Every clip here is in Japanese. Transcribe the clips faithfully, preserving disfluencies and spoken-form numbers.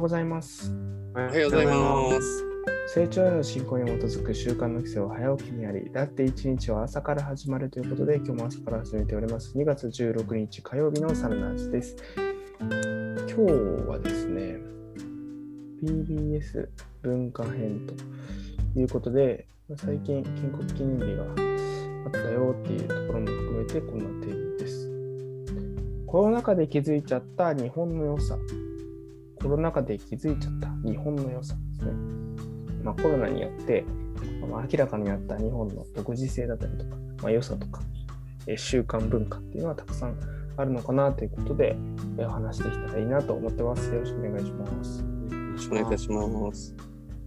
ございます。 おはようございます。 成長への進行に基づく習慣の基礎を早起きにあり、だって一日は朝から始まるということで、今日も朝から始めております。にがつじゅうろくにち火曜日のサルナーズです。今日はですね、ピービーエス 文化編ということで、最近建国記念日があったよっていうところも含めてこんなテーマです。コロナ禍で気づいちゃった日本の良さ。コロナ禍で気づいちゃった日本の良さですね。まあ、コロナによって、まあ、明らかになった日本の独自性だったりとか、まあ、良さとか、え習慣文化っていうのはたくさんあるのかなということで、え話していけたらいいなと思ってます。よろしくお願いします。 よろしくお願いいたします。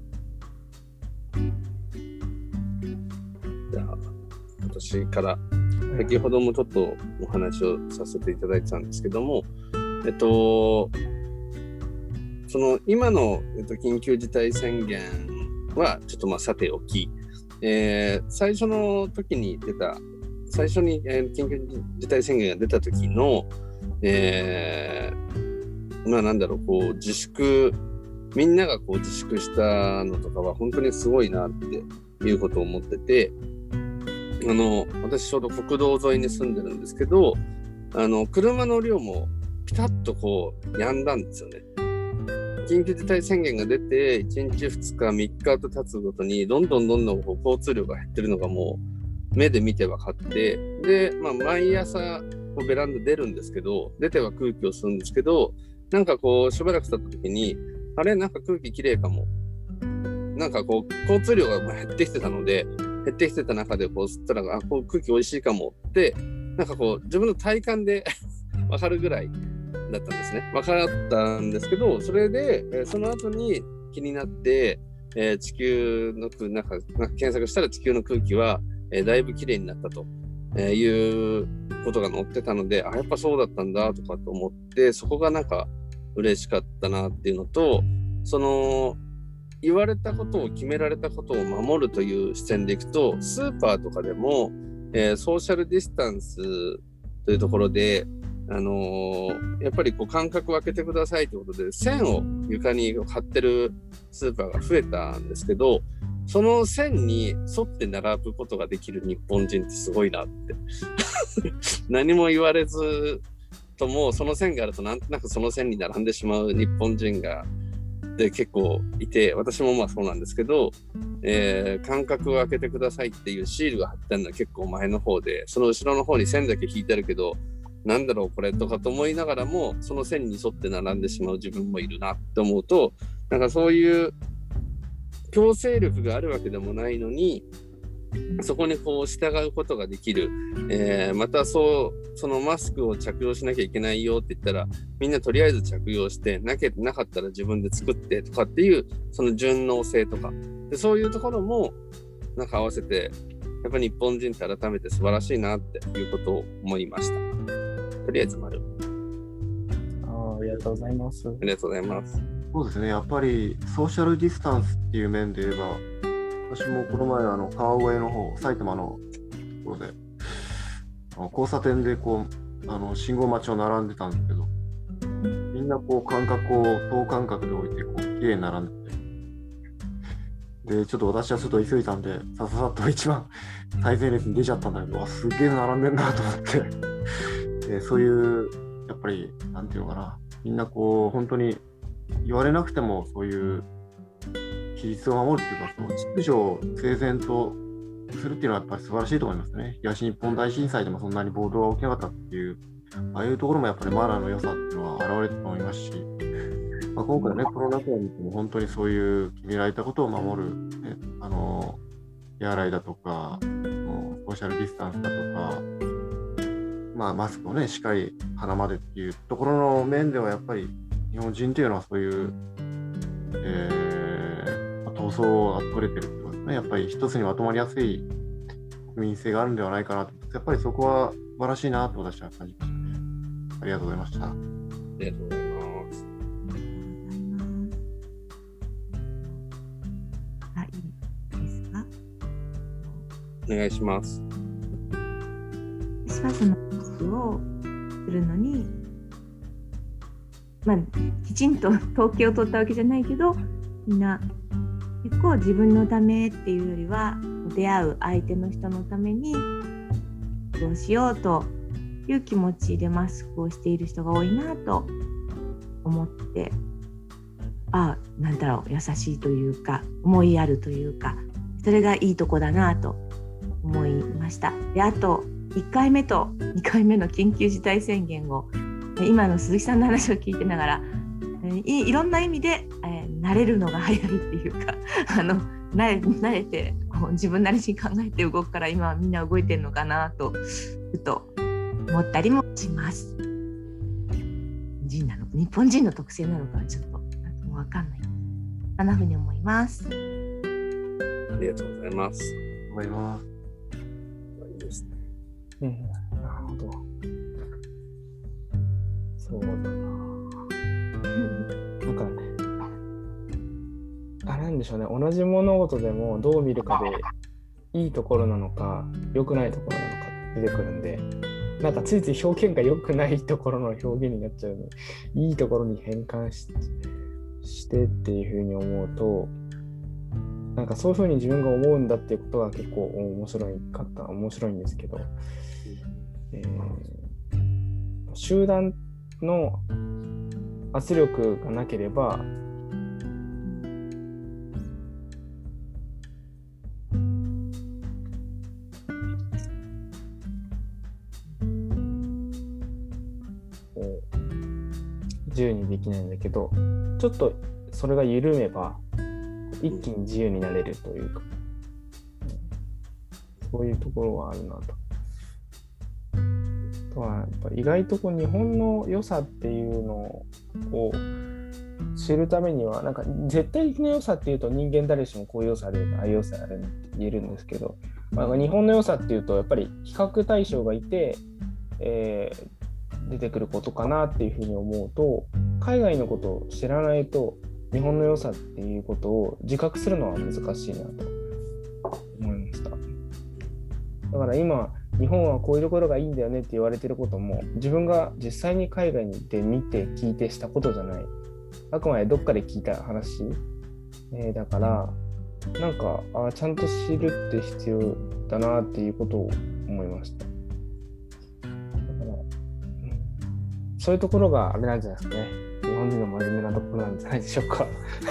じゃあ、私から先ほどもちょっとお話をさせていただいてたんですけども、えっと、その今の、えっと、緊急事態宣言はちょっとまあさておき、えー、最初の時に出た最初に、えー、緊急事態宣言が出た時の、えー、まあなんだろうこう自粛みんながこう自粛したのとかは本当にすごいなっていうことを思ってて、あの私ちょうど国道沿いに住んでるんですけど、あの車の量もピタッとこう止んだんですよね。緊急事態宣言が出ていちにちふつかみっかと経つごとにどんどんどんどんこう交通量が減ってるのがもう目で見て分かって、で、まあ、毎朝こうベランダ出るんですけど、出ては空気を吸うんですけど、なんかこうしばらく経った時にあれなんか空気きれいかも、なんかこう交通量が減ってきてたので、減ってきてた中でこう吸ったらあこう空気おいしいかもってなんかこう自分の体感で分かるぐらいだったんですね。分かったんですけど、それで、えー、その後に気になって、えー、地球のなんか、なんか検索したら地球の空気は、えー、だいぶきれいになったと、えー、いうことが載ってたので、あやっぱそうだったんだとかと思って、そこがなんか嬉しかったなっていうのと、その言われたことを決められたことを守るという視点でいくと、スーパーとかでも、えー、ソーシャルディスタンスというところであのー、やっぱりこう間隔を空けてくださいということで線を床に貼ってるスーパーが増えたんですけど、その線に沿って並ぶことができる日本人ってすごいなって何も言われずともその線があるとなんとなくその線に並んでしまう日本人がで結構いて、私もまあそうなんですけど、えー、間隔を空けてくださいっていうシールが貼ってあるのは結構前の方で、その後ろの方に線だけ引いてあるけどなんだろうこれとかと思いながらも、その線に沿って並んでしまう自分もいるなって思うと、なんかそういう強制力があるわけでもないのに、そこにこう従うことができる、えー、またそうそのマスクを着用しなきゃいけないよって言ったらみんなとりあえず着用してなけなかったら自分で作ってとかっていうその順応性とかで、そういうところもなんか合わせてやっぱり日本人って改めて素晴らしいなっていうことを思いました。とりあえず丸。 あ, ありがとうございます。 ありがとうございます。 そうですね、やっぱりソーシャルディスタンスっていう面で言えば、私もこの前あの川越の方、埼玉のところであの交差点でこうあの信号待ちを並んでたんですけど、みんなこう間隔を等間隔で置いてこう綺麗に並んでて、でちょっと私はちょっと急いだんでさささっと一番最前列に出ちゃったんだけど、あすげえ並んでんなと思ってでそういうやっぱりなんていうのかな、みんなこう本当に言われなくてもそういう規律を守るっていうか、その秩序を整然とするっていうのはやっぱり素晴らしいと思いますね。東日本大震災でもそんなに暴動が起きなかったっていう、ああいうところもやっぱりマナーの良さっていうのは現れてると思いますし、まあ、今回ねコロナ禍を見ても本当にそういう決められたことを守る、ね、あの手洗いだとかソーシャルディスタンスだとか、まあ、マスクをねしっかり鼻までっていうところの面ではやっぱり日本人というのはそういう、えー、闘争が取れてるってことですね。やっぱり一つにまとまりやすい国民性があるんではないかなと。やっぱりそこは素晴らしいなと私は感じましたね。ありがとうございました。ありがとうございます。 あ、いいですか？ お願いします。 私はそのマスクをするのにまあ、きちんと統計を取ったわけじゃないけど、みんな結構自分のためっていうよりは出会う相手の人のためにどうしようという気持ちでマスクをしている人が多いなと思って、ああ、なんだろう、優しいというか思いやるというか、それがいいとこだなと思いました。で、あといっかいめとにかいめの緊急事態宣言を今の鈴木さんの話を聞いてながら、い, いろんな意味で、えー、慣れるのが早いっていうかあの慣れ、慣れてこう自分なりに考えて動くから今はみんな動いてるのかなとふと思ったりもします。人なの日本人の特性なのかちょっとなんかもう分かんない。そんなふうに思います。 ありがとうございます。 思います。 いいですね。 うん、なるほど。そうだな。なんか、あれなんでしょうね。同じ物事でもどう見るかでいいところなのか良くないところなのか出てくるんで、なんかついつい表現が良くないところの表現になっちゃうので、いいところに変換 し, してっていうふうに思うと、なんかそういうふうに自分が思うんだっていうことが結構面白いかった面白いんですけど、えー、集団の圧力がなければ自由にできないんだけど、ちょっとそれが緩めば一気に自由になれるというか、そういうところはあるなと。あとはやっぱ意外とこう日本の良さっていうのを知るためには、なんか絶対的な良さっていうと人間誰しもこういう良さある、ああいう良さあるって言えるんですけど、まあ、日本の良さっていうとやっぱり比較対象がいて、えー、出てくることかなっていうふうに思うと、海外のことを知らないと日本の良さっていうことを自覚するのは難しいなと思いました。だから今日本はこういうところがいいんだよねって言われてることも、自分が実際に海外に行って見て聞いてしたことじゃない、あくまでどっかで聞いた話、えー、だからなんかあちゃんと知るって必要だなっていうことを思いました。だから、うん、そういうところがあれなんじゃないですかね。日本人の真面目なところなんじゃないでしょうか。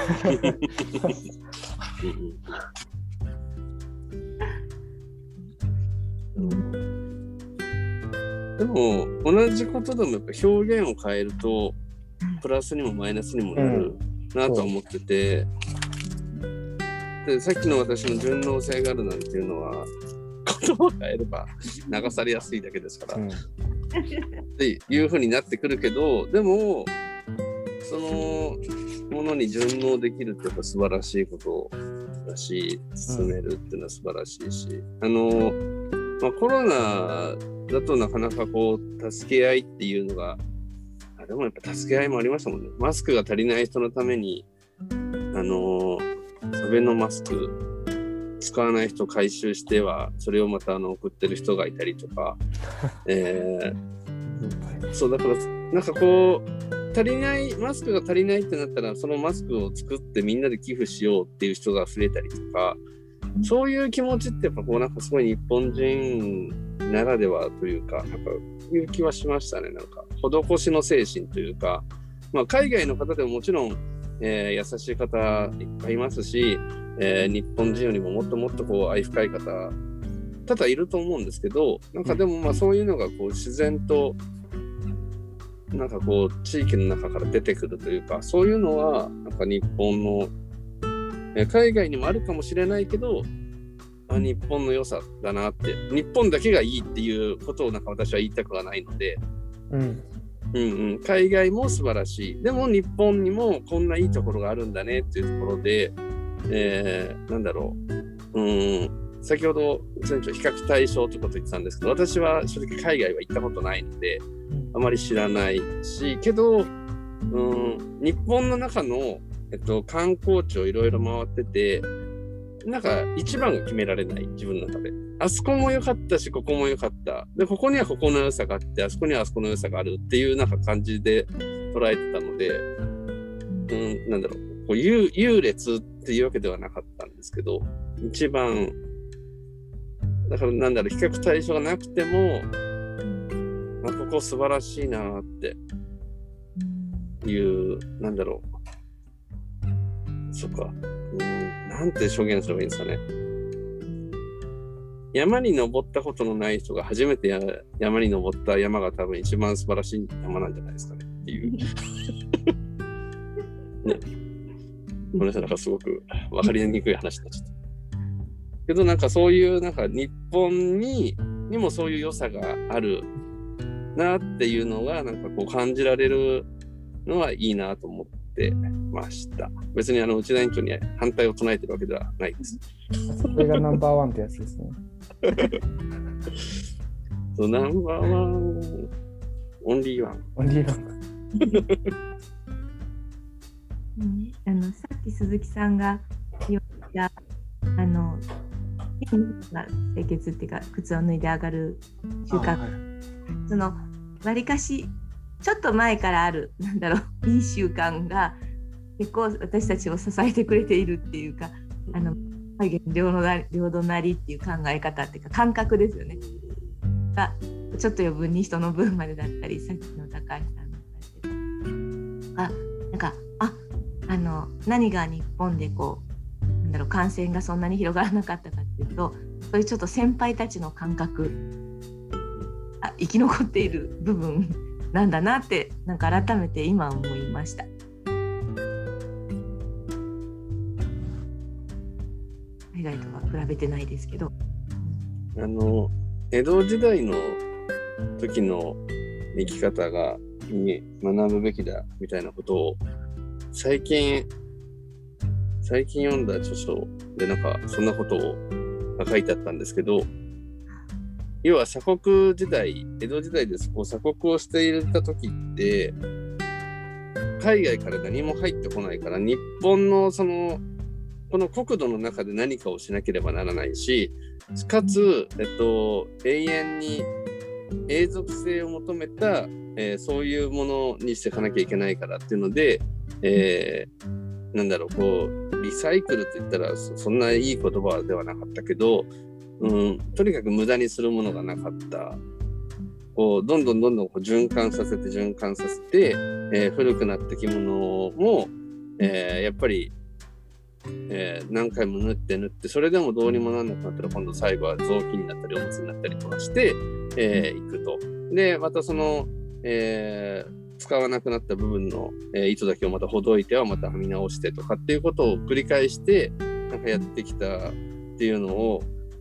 でも同じことでもやっぱ表現を変えるとプラスにもマイナスにもなるなと思ってて、うん、でさっきの私の順応性があるなんていうのは言葉を変えれば流されやすいだけですから、うん、っていう風になってくるけど、でもそのものに順応できるってやっぱ素晴らしいことだし、進めるっていうのは素晴らしいし、うん、あの、まあ、コロナだとなかなかこう助け合いっていうのが、あでもやっぱ助け合いもありましたもんね。マスクが足りない人のためにあのサベのマスク使わない人回収してはそれをまたあの送ってる人がいたりとか、えー、そうだからなんかこう足りないマスクが足りないってなったらそのマスクを作ってみんなで寄付しようっていう人が増えたりとか、そういう気持ちってやっぱこうなんかすごい日本人ならではというか、なんかいう気はしましたね。なんか施しの精神というか、まあ、海外の方でももちろん、えー、優しい方いっぱいいますし、えー、日本人よりももっともっとこう愛深い方多々いると思うんですけど、なんかでもまあそういうのがこう自然となんかこう地域の中から出てくるというか、そういうのはなんか日本の、えー、海外にもあるかもしれないけど、あ日本の良さだなって、日本だけがいいっていうことをなんか私は言いたくはないので、うんうんうん、海外も素晴らしい、でも日本にもこんないいところがあるんだねっていうところで、えー、なんだろう、うん先ほど比較対象ということを言ってたんですけど、私は正直海外は行ったことないのであまり知らないし、けど、うん、日本の中の、えっと、観光地をいろいろ回ってて、なんか一番が決められない、自分の中で。あそこも良かったし、ここも良かった。で、ここにはここの良さがあって、あそこにはあそこの良さがあるっていうなんか感じで捉えてたので、うん、なんだろう、こう優優劣っていうわけではなかったんですけど、一番だからなんだろう、比較対象がなくても、まあ、ここ素晴らしいなっていうなんだろう、そっか、うん、なんて証言すればいいんですかね。山に登ったことのない人が初めてや山に登った山が多分一番素晴らしい山なんじゃないですかねっていうね。ごめんなさい、なんかすごく分かりにくい話になっちゃったけど、なんかそういうなんか日本ににもそういう良さがあるなっていうのがなんかこう感じられるのはいいなと思ってました。別にあの内田院長に反対を唱えてるわけではないです。 それがナンバーワンってやつですね。 そう、ナンバーワン、オンリーワン。 オンリーワン。 うん、あのさっき鈴木さんが言ったあの清潔っていうか靴を脱いで上がる習慣、はい、そのわりかしちょっと前からあるなんだろういい習慣が結構私たちを支えてくれているっていうか、あの両隣っていう考え方っていうか感覚ですよねがちょっと余分に人の分までだったり、さっきの高橋さんのあなんかああの何が日本でこうなんだろう感染がそんなに広がらなかったかっていうと、そういうちょっと先輩たちの感覚あ生き残っている部分なんだなってなんか改めて今思いました。海外とは比べてないですけど、 あの江戸時代の時の生き方がに学ぶべきだみたいなことを最近最近読んだ著書でなんかそんなことを書いてあったんですけど、要は鎖国時代、江戸時代ですこう鎖国をしていた時って海外から何も入ってこないから、日本のそのこの国土の中で何かをしなければならないし、かつ、えっと、永遠に永続性を求めた、えー、そういうものにしていかなきゃいけないからっていうので、えー、なんだろう、こうリサイクルって言ったら そ, そんないい言葉ではなかったけど、うん、とにかく無駄にするものがなかった。こうどんどんどんどんこう循環させて循環させて、えー、古くなった着物も、えー、やっぱりえー、何回も縫って縫ってそれでもどうにもなんなくなったら今度最後は雑巾になったりおむつになったりとかして、えー、いくと。でまたその、えー、使わなくなった部分の、えー、糸だけをまたほどいてはまた編み直してとかっていうことを繰り返してなんかやってきたっていうのを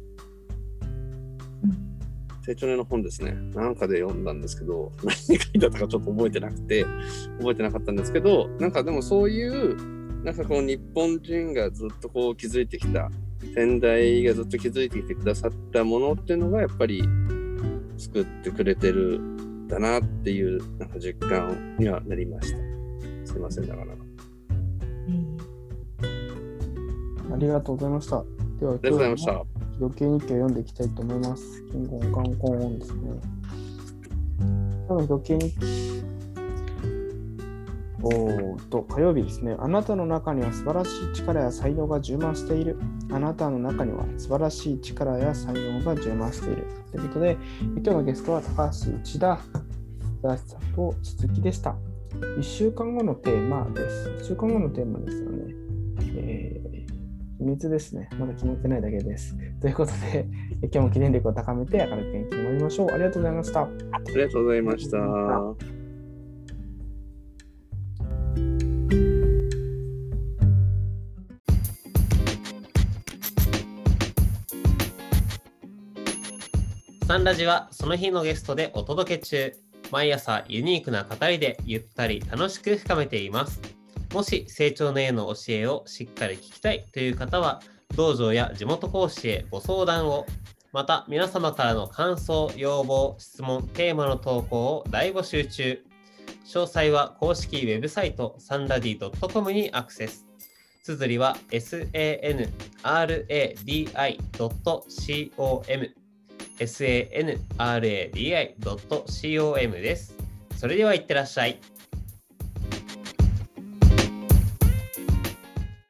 成長年の本ですね、なんかで読んだんですけど、何書いてあったかちょっと覚えてなくて覚えてなかったんですけど、なんかでもそういうなんかこう日本人がずっとこう築いてきた、先代がずっと築いてきてくださったものっていうのがやっぱり作ってくれてるんだなっていうなんか実感にはなりました。すいません、なかなか。 ありがとうございました。ではありがとうございました。 余計日記を読んでいきたいと思います。キンゴンカンコンですね。今日の余計日記。おーと火曜日ですね。あなたの中には素晴らしい力や才能が充満している。あなたの中には素晴らしい力や才能が充満している。ということで、今日のゲストは高橋内田大さんと鈴木でした。いっしゅうかんごのテーマです。いっしゅうかんごのテーマですよね。えー、秘密ですね。まだ決まってないだけです。ということで、今日も記念力を高めて明るく元気に参りましょう。ありがとうございました。ありがとうございました。 サンラジはその日のゲストでお届け中。毎朝ユニークな語りでゆったり楽しく深めています。もし成長年への教えをしっかり聞きたいという方は、道場や地元講師へご相談を。また皆様からの感想、要望、質問、テーマの投稿を大募集中。詳細は公式ウェブサイトサンラディドットコムにアクセス。綴りは サンラディドットコム サンラディドットコム です。それではいってらっしゃい。